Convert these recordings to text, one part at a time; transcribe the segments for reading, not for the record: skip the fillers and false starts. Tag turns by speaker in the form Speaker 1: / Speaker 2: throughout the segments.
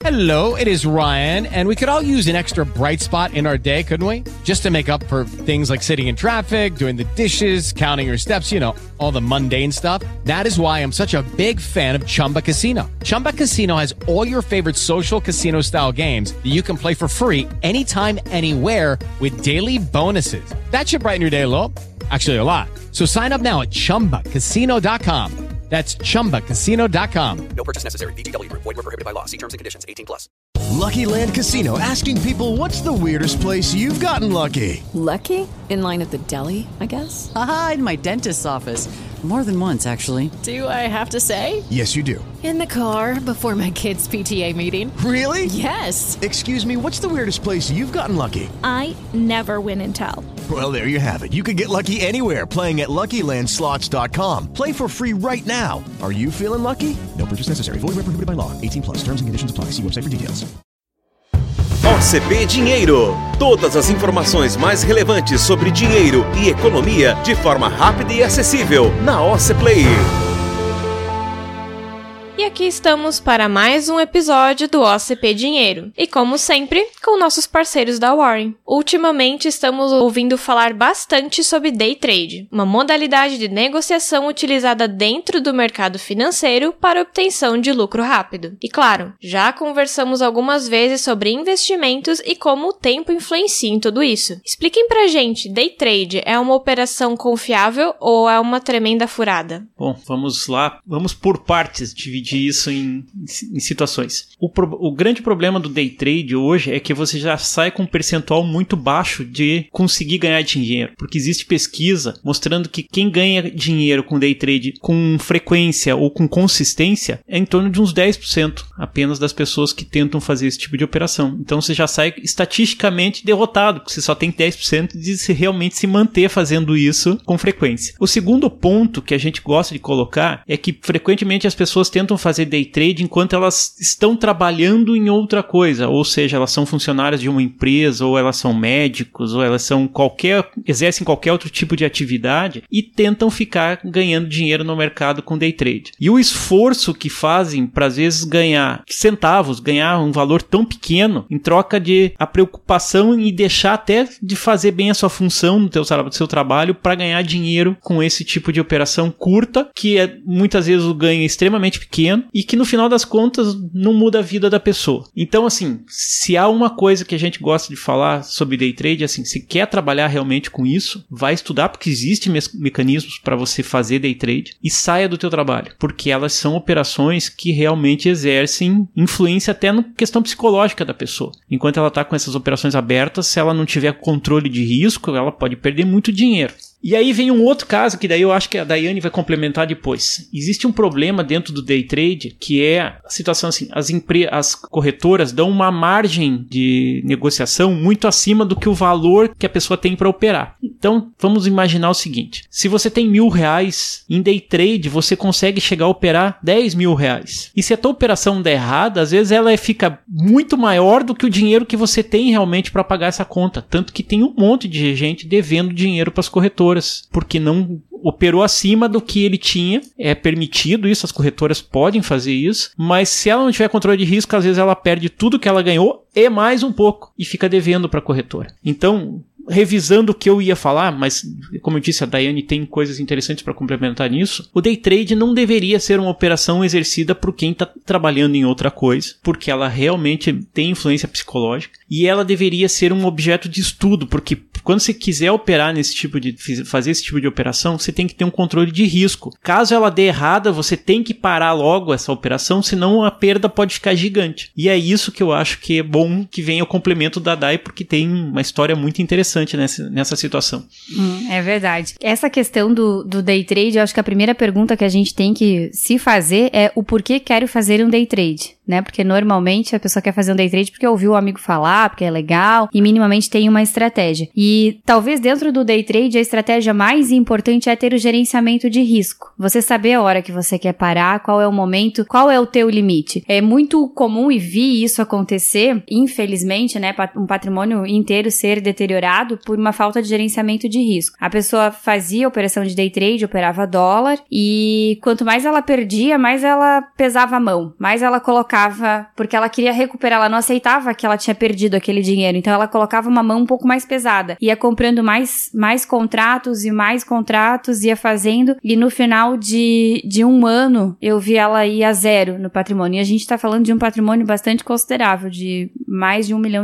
Speaker 1: Hello, it is Ryan, and we could all use an extra bright spot in our day, couldn't we? Just to make up for things like sitting in traffic, doing the dishes, counting your steps, you know, all the mundane stuff. That is why I'm such a big fan of Chumba Casino. Chumba Casino has all your favorite social casino-style games that you can play for free anytime, anywhere with daily bonuses. That should brighten your day a little. Actually, a lot. So sign up now at ChumbaCasino.com. That's ChumbaCasino.com.
Speaker 2: No purchase necessary. VGW Group. Void where prohibited by law. See terms and conditions. 18+.
Speaker 3: Lucky Land Casino, asking people, what's the weirdest place you've gotten lucky?
Speaker 4: Lucky? In line at the deli, I guess?
Speaker 5: Aha, in my dentist's office. More than once, actually.
Speaker 4: Do I have to say?
Speaker 3: Yes, you do.
Speaker 4: In the car before my kids' PTA meeting.
Speaker 3: Really?
Speaker 4: Yes.
Speaker 3: Excuse me, what's the weirdest place you've gotten lucky?
Speaker 6: I never win and tell.
Speaker 3: Well, there you have it. You can get lucky anywhere, playing at LuckyLandSlots.com. Play for free right now. Are you feeling lucky? No purchase necessary. Void where prohibited by law. 18+. Terms and conditions apply. See website for details.
Speaker 7: OCP Dinheiro. Todas as informações mais relevantes sobre dinheiro e economia de forma rápida e acessível na OC Play.
Speaker 8: E aqui estamos para mais um episódio do OCP Dinheiro. E como sempre, com nossos parceiros da Warren. Ultimamente estamos ouvindo falar bastante sobre Day Trade, uma modalidade de negociação utilizada dentro do mercado financeiro para obtenção de lucro rápido. E claro, já conversamos algumas vezes sobre investimentos e como o tempo influencia em tudo isso. Expliquem pra gente, Day Trade é uma operação confiável ou é uma tremenda furada?
Speaker 9: Bom, vamos lá, vamos por partes dividir isso em situações. O grande problema do day trade hoje é que você já sai com um percentual muito baixo de conseguir ganhar dinheiro, porque existe pesquisa mostrando que quem ganha dinheiro com day trade com frequência ou com consistência é em torno de uns 10% apenas das pessoas que tentam fazer esse tipo de operação. Então você já sai estatisticamente derrotado, porque você só tem 10% de realmente se manter fazendo isso com frequência. O segundo ponto que a gente gosta de colocar é que frequentemente as pessoas tentam fazer day trade enquanto elas estão trabalhando em outra coisa, ou seja, elas são funcionárias de uma empresa, ou elas são médicos, ou elas são exercem qualquer outro tipo de atividade e tentam ficar ganhando dinheiro no mercado com day trade. E o esforço que fazem para às vezes ganhar centavos, ganhar um valor tão pequeno, em troca de a preocupação em deixar até de fazer bem a sua função no seu trabalho para ganhar dinheiro com esse tipo de operação curta, que muitas vezes o ganho é extremamente pequeno e que no final das contas não muda a vida da pessoa. Então, assim, se há uma coisa que a gente gosta de falar sobre day trade, assim, se quer trabalhar realmente com isso, vai estudar, porque existem mecanismos para você fazer day trade e saia do teu trabalho, porque elas são operações que realmente exercem influência até na questão psicológica da pessoa. Enquanto ela está com essas operações abertas, se ela não tiver controle de risco, ela pode perder muito dinheiro. E aí vem um outro caso que daí eu acho que a Daiane vai complementar depois. Existe um problema dentro do day trade que é a situação assim, as corretoras dão uma margem de negociação muito acima do que o valor que a pessoa tem para operar. Então vamos imaginar o seguinte, se você tem R$1.000 em day trade, você consegue chegar a operar R$10.000. E se a tua operação der errada, às vezes ela fica muito maior do que o dinheiro que você tem realmente para pagar essa conta. Tanto que tem um monte de gente devendo dinheiro para as corretoras, porque não operou acima do que ele tinha. É permitido isso, as corretoras podem fazer isso, mas se ela não tiver controle de risco, às vezes ela perde tudo que ela ganhou e mais um pouco, e fica devendo para a corretora. Então, revisando o que eu ia falar, mas como eu disse, a Daiane tem coisas interessantes para complementar nisso, o day trade não deveria ser uma operação exercida por quem está trabalhando em outra coisa, porque ela realmente tem influência psicológica, e ela deveria ser um objeto de estudo, porque quando você quiser operar fazer esse tipo de operação, você tem que ter um controle de risco. Caso ela dê errada, você tem que parar logo essa operação, senão a perda pode ficar gigante. E é isso que eu acho que é bom que venha o complemento da Dai, porque tem uma história muito interessante nessa situação.
Speaker 10: É verdade. Essa questão do day trade, eu acho que a primeira pergunta que a gente tem que se fazer é o porquê quero fazer um day trade, né? Porque normalmente a pessoa quer fazer um day trade porque ouviu o amigo falar, porque é legal e minimamente tem uma estratégia. E E talvez dentro do day trade a estratégia mais importante é ter o gerenciamento de risco. Você saber a hora que você quer parar, qual é o momento, qual é o teu limite. É muito comum e vi isso acontecer, infelizmente, né, um patrimônio inteiro ser deteriorado por uma falta de gerenciamento de risco. A pessoa fazia operação de day trade, operava dólar, e quanto mais ela perdia, mais ela pesava a mão, mais ela colocava, porque ela queria recuperar, ela não aceitava que ela tinha perdido aquele dinheiro, então ela colocava uma mão um pouco mais pesada, ia comprando mais contratos e mais contratos, ia fazendo, e no final de um ano, eu vi ela ir a zero no patrimônio, e a gente tá falando de um patrimônio bastante considerável, de mais de R$1 milhão.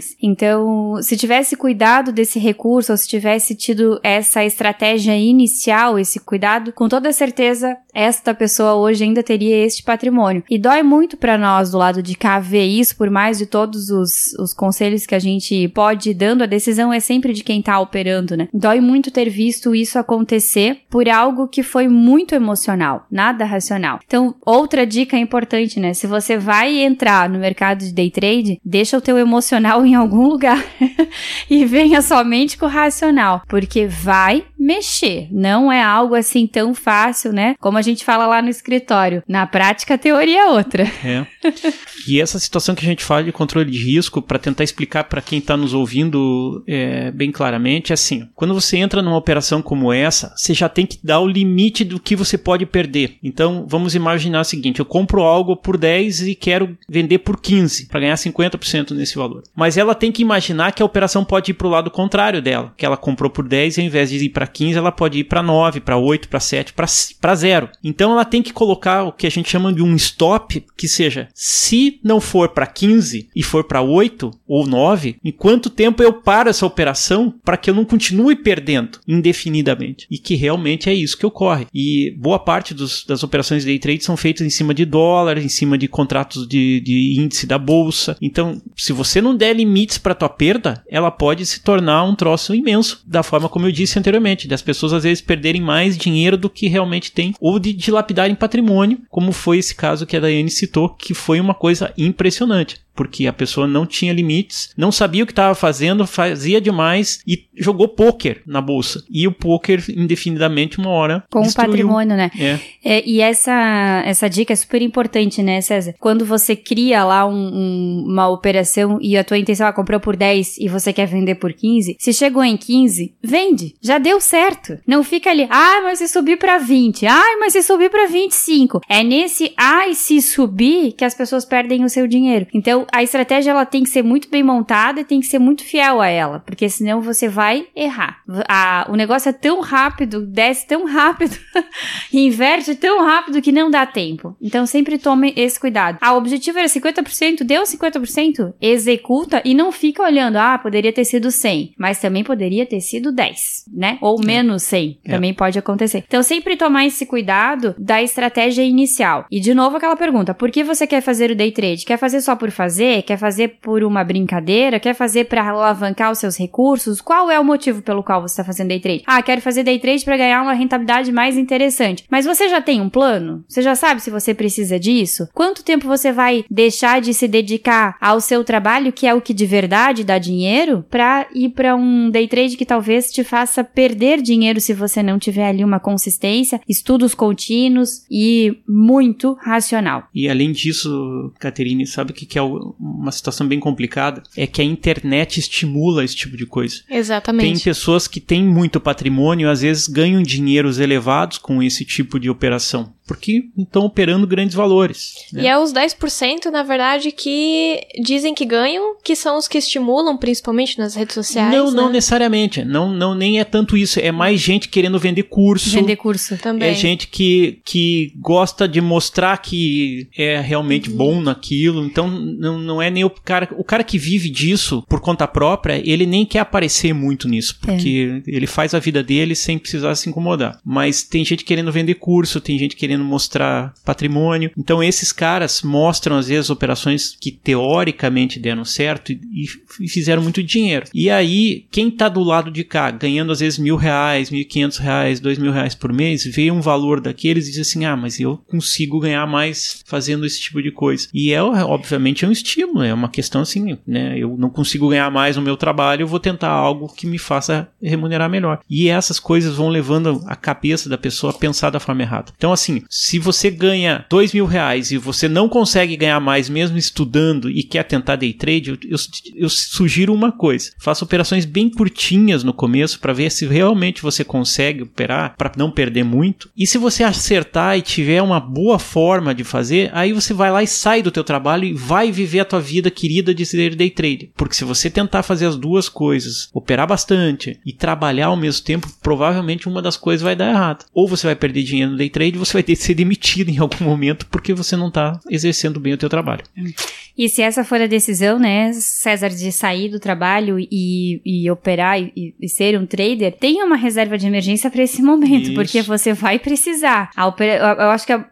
Speaker 10: Então, se tivesse cuidado desse recurso, ou se tivesse tido essa estratégia inicial, esse cuidado, com toda certeza, esta pessoa hoje ainda teria este patrimônio. E dói muito pra nós do lado de cá ver isso, por mais de todos os conselhos que a gente pode ir dando, a decisão é sempre de quem tá operando, né? Dói muito ter visto isso acontecer por algo que foi muito emocional, nada racional. Então, outra dica importante, né? Se você vai entrar no mercado de day trade, deixa o teu emocional em algum lugar e venha somente com o racional, porque vai mexer. Não é algo assim tão fácil, né? Como a gente fala lá no escritório. Na prática, a teoria é outra.
Speaker 9: É. E essa situação que a gente fala de controle de risco, para tentar explicar para quem está nos ouvindo bem claramente, é assim, quando você entra numa operação como essa, você já tem que dar o limite do que você pode perder. Então, vamos imaginar o seguinte, eu compro algo por 10 e quero vender por 15, para ganhar 50% nesse valor. Mas ela tem que imaginar que a operação pode ir para o lado contrário dela, que ela comprou por 10 e ao invés de ir para 15, ela pode ir para 9, para 8, para 7, para 0. Então, ela tem que colocar o que a gente chama de um stop, que seja, se não for para 15 e for para 8 ou 9, em quanto tempo eu paro essa operação para que eu não continue perdendo indefinidamente? E que realmente é isso que ocorre. E boa parte das operações de day trade são feitas em cima de dólar, em cima de contratos de índice da bolsa. Então, se você não der limites para tua perda, ela pode se tornar um troço imenso, da forma como eu disse anteriormente, das pessoas às vezes perderem mais dinheiro do que realmente tem, ou de dilapidarem patrimônio, como foi esse caso que a Daiane citou, que foi uma coisa impressionante. Porque a pessoa não tinha limites, não sabia o que estava fazendo, fazia demais e jogou pôquer na bolsa. E o pôquer, indefinidamente, uma hora
Speaker 10: com
Speaker 9: destruiu.
Speaker 10: O patrimônio, né? E essa dica é super importante, né, César? Quando você cria lá uma operação e a tua intenção comprou por 10 e você quer vender por 15, se chegou em 15, vende. Já deu certo. Não fica ali, mas se subir pra 20, mas se subir pra 25. É nesse se subir que as pessoas perdem o seu dinheiro. Então, a estratégia ela tem que ser muito bem montada e tem que ser muito fiel a ela, porque senão você vai errar. O negócio é tão rápido, desce tão rápido, inverte tão rápido que não dá tempo. Então sempre tome esse cuidado. O objetivo era 50%, deu 50%, executa e não fica olhando, poderia ter sido 100, mas também poderia ter sido 10, né? Ou menos 100, também pode acontecer. Então sempre tomar esse cuidado da estratégia inicial. E de novo aquela pergunta, por que você quer fazer o day trade? Quer fazer só por fazer? Quer fazer por uma brincadeira? Quer fazer para alavancar os seus recursos? Qual é o motivo pelo qual você está fazendo day trade? Quero fazer day trade para ganhar uma rentabilidade mais interessante. Mas você já tem um plano? Você já sabe se você precisa disso? Quanto tempo você vai deixar de se dedicar ao seu trabalho, que é o que de verdade dá dinheiro, para ir para um day trade que talvez te faça perder dinheiro se você não tiver ali uma consistência, estudos contínuos e muito racional.
Speaker 9: E além disso, Caterine, sabe o que é uma situação bem complicada? É que a internet estimula esse tipo de coisa.
Speaker 8: Exatamente.
Speaker 9: Tem pessoas que têm muito patrimônio, às vezes ganham dinheiros elevados com esse tipo de operação, porque estão operando grandes valores, né?
Speaker 8: E é os 10%, na verdade, que dizem que ganham, que são os que estimulam, principalmente nas redes sociais.
Speaker 9: Não necessariamente. Não, nem é tanto isso. É mais gente querendo vender curso.
Speaker 10: Vender curso
Speaker 8: também.
Speaker 9: É gente que gosta de mostrar que é realmente bom naquilo. Então, não é nem o cara que vive disso por conta própria, ele nem quer aparecer muito nisso, porque ele faz a vida dele sem precisar se incomodar. Mas tem gente querendo vender curso, tem gente querendo querendo mostrar patrimônio. Então esses caras mostram às vezes operações que teoricamente deram certo e fizeram muito dinheiro. E aí, quem tá do lado de cá, ganhando às vezes R$1.000, R$1.500, R$2.000 por mês, vê um valor daqueles e diz assim, mas eu consigo ganhar mais fazendo esse tipo de coisa. E obviamente é um estímulo, é uma questão assim, né? Eu não consigo ganhar mais no meu trabalho, eu vou tentar algo que me faça remunerar melhor. E essas coisas vão levando a cabeça da pessoa a pensar da forma errada. Então assim, se você ganha R$2.000 e você não consegue ganhar mais mesmo estudando e quer tentar day trade, eu sugiro uma coisa. Faça operações bem curtinhas no começo para ver se realmente você consegue operar, para não perder muito. E se você acertar e tiver uma boa forma de fazer, aí você vai lá e sai do teu trabalho e vai viver a tua vida querida de ser day trader. Porque se você tentar fazer as duas coisas, operar bastante e trabalhar ao mesmo tempo, provavelmente uma das coisas vai dar errado. Ou você vai perder dinheiro no day trade, ou você vai ter que ser demitido em algum momento porque você não está exercendo bem o teu trabalho.
Speaker 10: E se essa for a decisão, né, César, de sair do trabalho e operar e ser um trader, tenha uma reserva de emergência para esse momento, isso. Porque você vai precisar. Eu acho que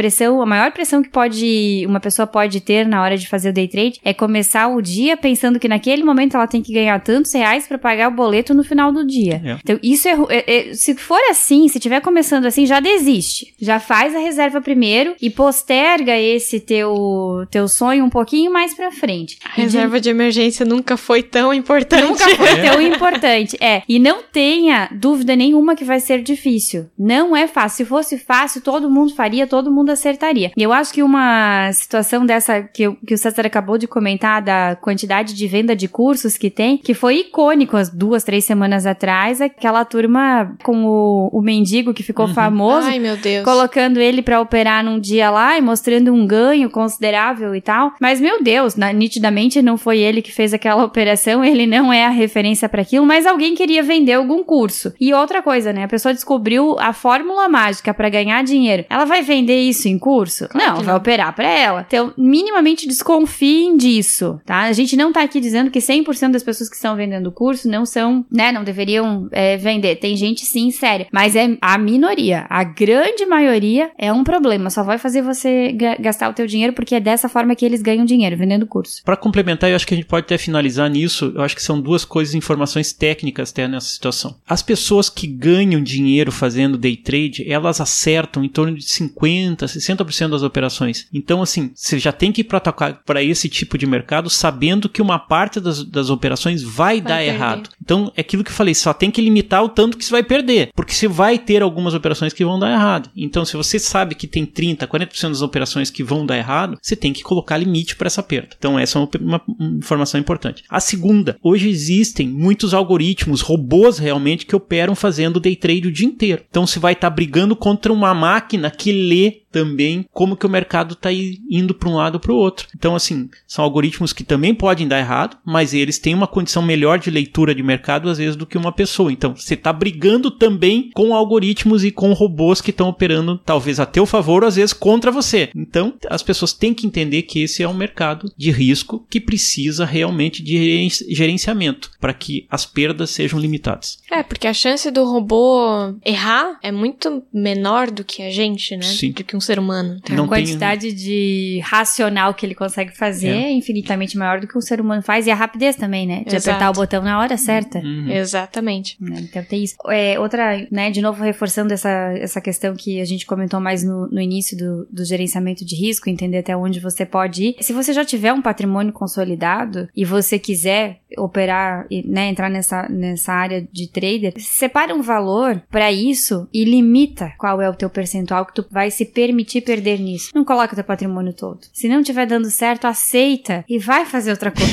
Speaker 10: a maior pressão que uma pessoa pode ter na hora de fazer o day trade é começar o dia pensando que naquele momento ela tem que ganhar tantos reais para pagar o boleto no final do dia. É. Então, isso se for assim, se tiver começando assim, já desiste. Já faz a reserva primeiro e posterga esse teu sonho um pouquinho mais pra frente.
Speaker 8: A reserva de emergência nunca foi tão importante.
Speaker 10: Nunca foi tão importante, E não tenha dúvida nenhuma que vai ser difícil. Não é fácil. Se fosse fácil, todo mundo faria, todo mundo acertaria. E eu acho que uma situação dessa que o César acabou de comentar, da quantidade de venda de cursos que tem, que foi icônico as 2-3 semanas atrás, aquela turma com o mendigo que ficou famoso.
Speaker 8: Ai, meu Deus.
Speaker 10: Colocando ele pra operar num dia lá e mostrando um ganho considerável e tal. Mas, meu Deus, nitidamente não foi ele que fez aquela operação, ele não é a referência para aquilo, mas alguém queria vender algum curso. E outra coisa, né? A pessoa descobriu a fórmula mágica para ganhar dinheiro. Ela vai vender isso em curso? Claro não, vai operar para ela. Então, minimamente desconfiem disso, tá? A gente não tá aqui dizendo que 100% das pessoas que estão vendendo curso não são, né? Não deveriam vender. Tem gente, sim, séria. Mas é a minoria. A grande maioria é um problema. Só vai fazer você gastar o teu dinheiro porque é dessa forma que eles ganham dinheiro, vendendo curso.
Speaker 9: Para complementar, eu acho que a gente pode até finalizar nisso, eu acho que são duas coisas, informações técnicas até nessa situação. As pessoas que ganham dinheiro fazendo day trade, elas acertam em torno de 50%, 60% das operações. Então, assim, você já tem que ir para esse tipo de mercado sabendo que uma parte das operações vai dar perder. Errado. Então, é aquilo que eu falei, só tem que limitar o tanto que você vai perder, porque você vai ter algumas operações que vão dar errado. Então, se você sabe que tem 30%, 40% das operações que vão dar errado, você tem que colocar limite para essa perda. Então, essa é uma informação importante. A segunda, hoje existem muitos algoritmos, robôs realmente, que operam fazendo day trade o dia inteiro. Então, você vai estar brigando contra uma máquina que lê também como que o mercado está indo para um lado ou para o outro. Então, assim, são algoritmos que também podem dar errado, mas eles têm uma condição melhor de leitura de mercado, às vezes, do que uma pessoa. Então, você está brigando também com algoritmos e com robôs que estão operando, talvez a teu favor, ou às vezes contra você. Então, as pessoas têm que entender que esse é um mercado de risco que precisa realmente de gerenciamento para que as perdas sejam limitadas.
Speaker 8: Porque a chance do robô errar é muito menor do que a gente, né?
Speaker 9: Sim.
Speaker 8: Do que um ser humano.
Speaker 10: Então, a quantidade de racional que ele consegue fazer é infinitamente maior do que um ser humano faz, e a rapidez também, né? De apertar o botão na hora certa.
Speaker 8: Exatamente.
Speaker 10: Então tem isso. Outra, né, de novo reforçando essa questão que a gente comentou mais no início do gerenciamento de risco, entender até onde você pode ir. Se você já tiver um patrimônio consolidado e você quiser operar, né, entrar nessa área de trader, separa um valor para isso e limita qual é o teu percentual que tu vai se permitir perder nisso. Não coloca o teu patrimônio todo. Se não estiver dando certo, aceita e vai fazer outra coisa.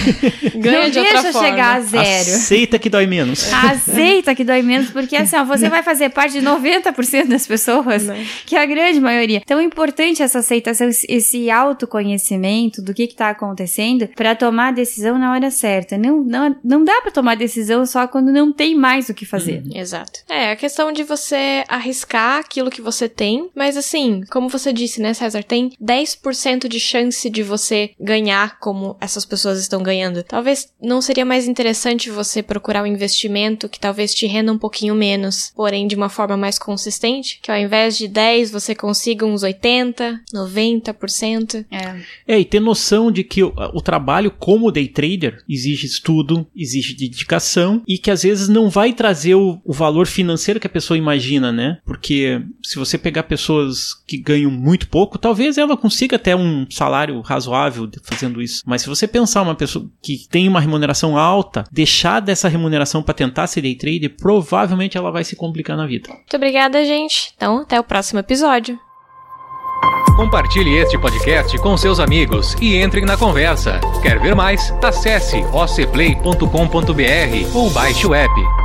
Speaker 8: Ganha
Speaker 10: não
Speaker 8: de outra
Speaker 10: deixa
Speaker 8: forma.
Speaker 10: Chegar a zero.
Speaker 9: Aceita que dói menos.
Speaker 10: Aceita que dói menos, porque assim, você vai fazer parte de 90% das pessoas, que é a grande maioria. Então é importante essa aceitação, esse autoconhecimento do que tá acontecendo para tomar a decisão na hora certa. Não dá para tomar decisão só quando não tem mais o que fazer.
Speaker 8: Exato. A questão de você arriscar aquilo que você tem, mas assim, como você disse, né, César, tem 10% de chance de você ganhar como essas pessoas estão ganhando. Talvez não seria mais interessante você procurar um investimento que talvez te renda um pouquinho menos, porém de uma forma mais consistente, que ao invés de 10 você consiga uns 80, 90%.
Speaker 9: E ter noção de que o trabalho como day trader exige estudo, exige dedicação e que às vezes não vai trazer o valor financeiro que a pessoa imagina, né? Porque se você pegar pessoas que ganham muito pouco, talvez ela consiga até um salário razoável fazendo isso. Mas se você pensar uma pessoa que tem uma remuneração alta, deixar dessa remuneração para tentar ser day trader, provavelmente ela vai se complicar na vida.
Speaker 8: Muito obrigada, gente. Então, até o próximo episódio.
Speaker 11: Compartilhe este podcast com seus amigos e entrem na conversa. Quer ver mais? Acesse ocplay.com.br ou baixe o app.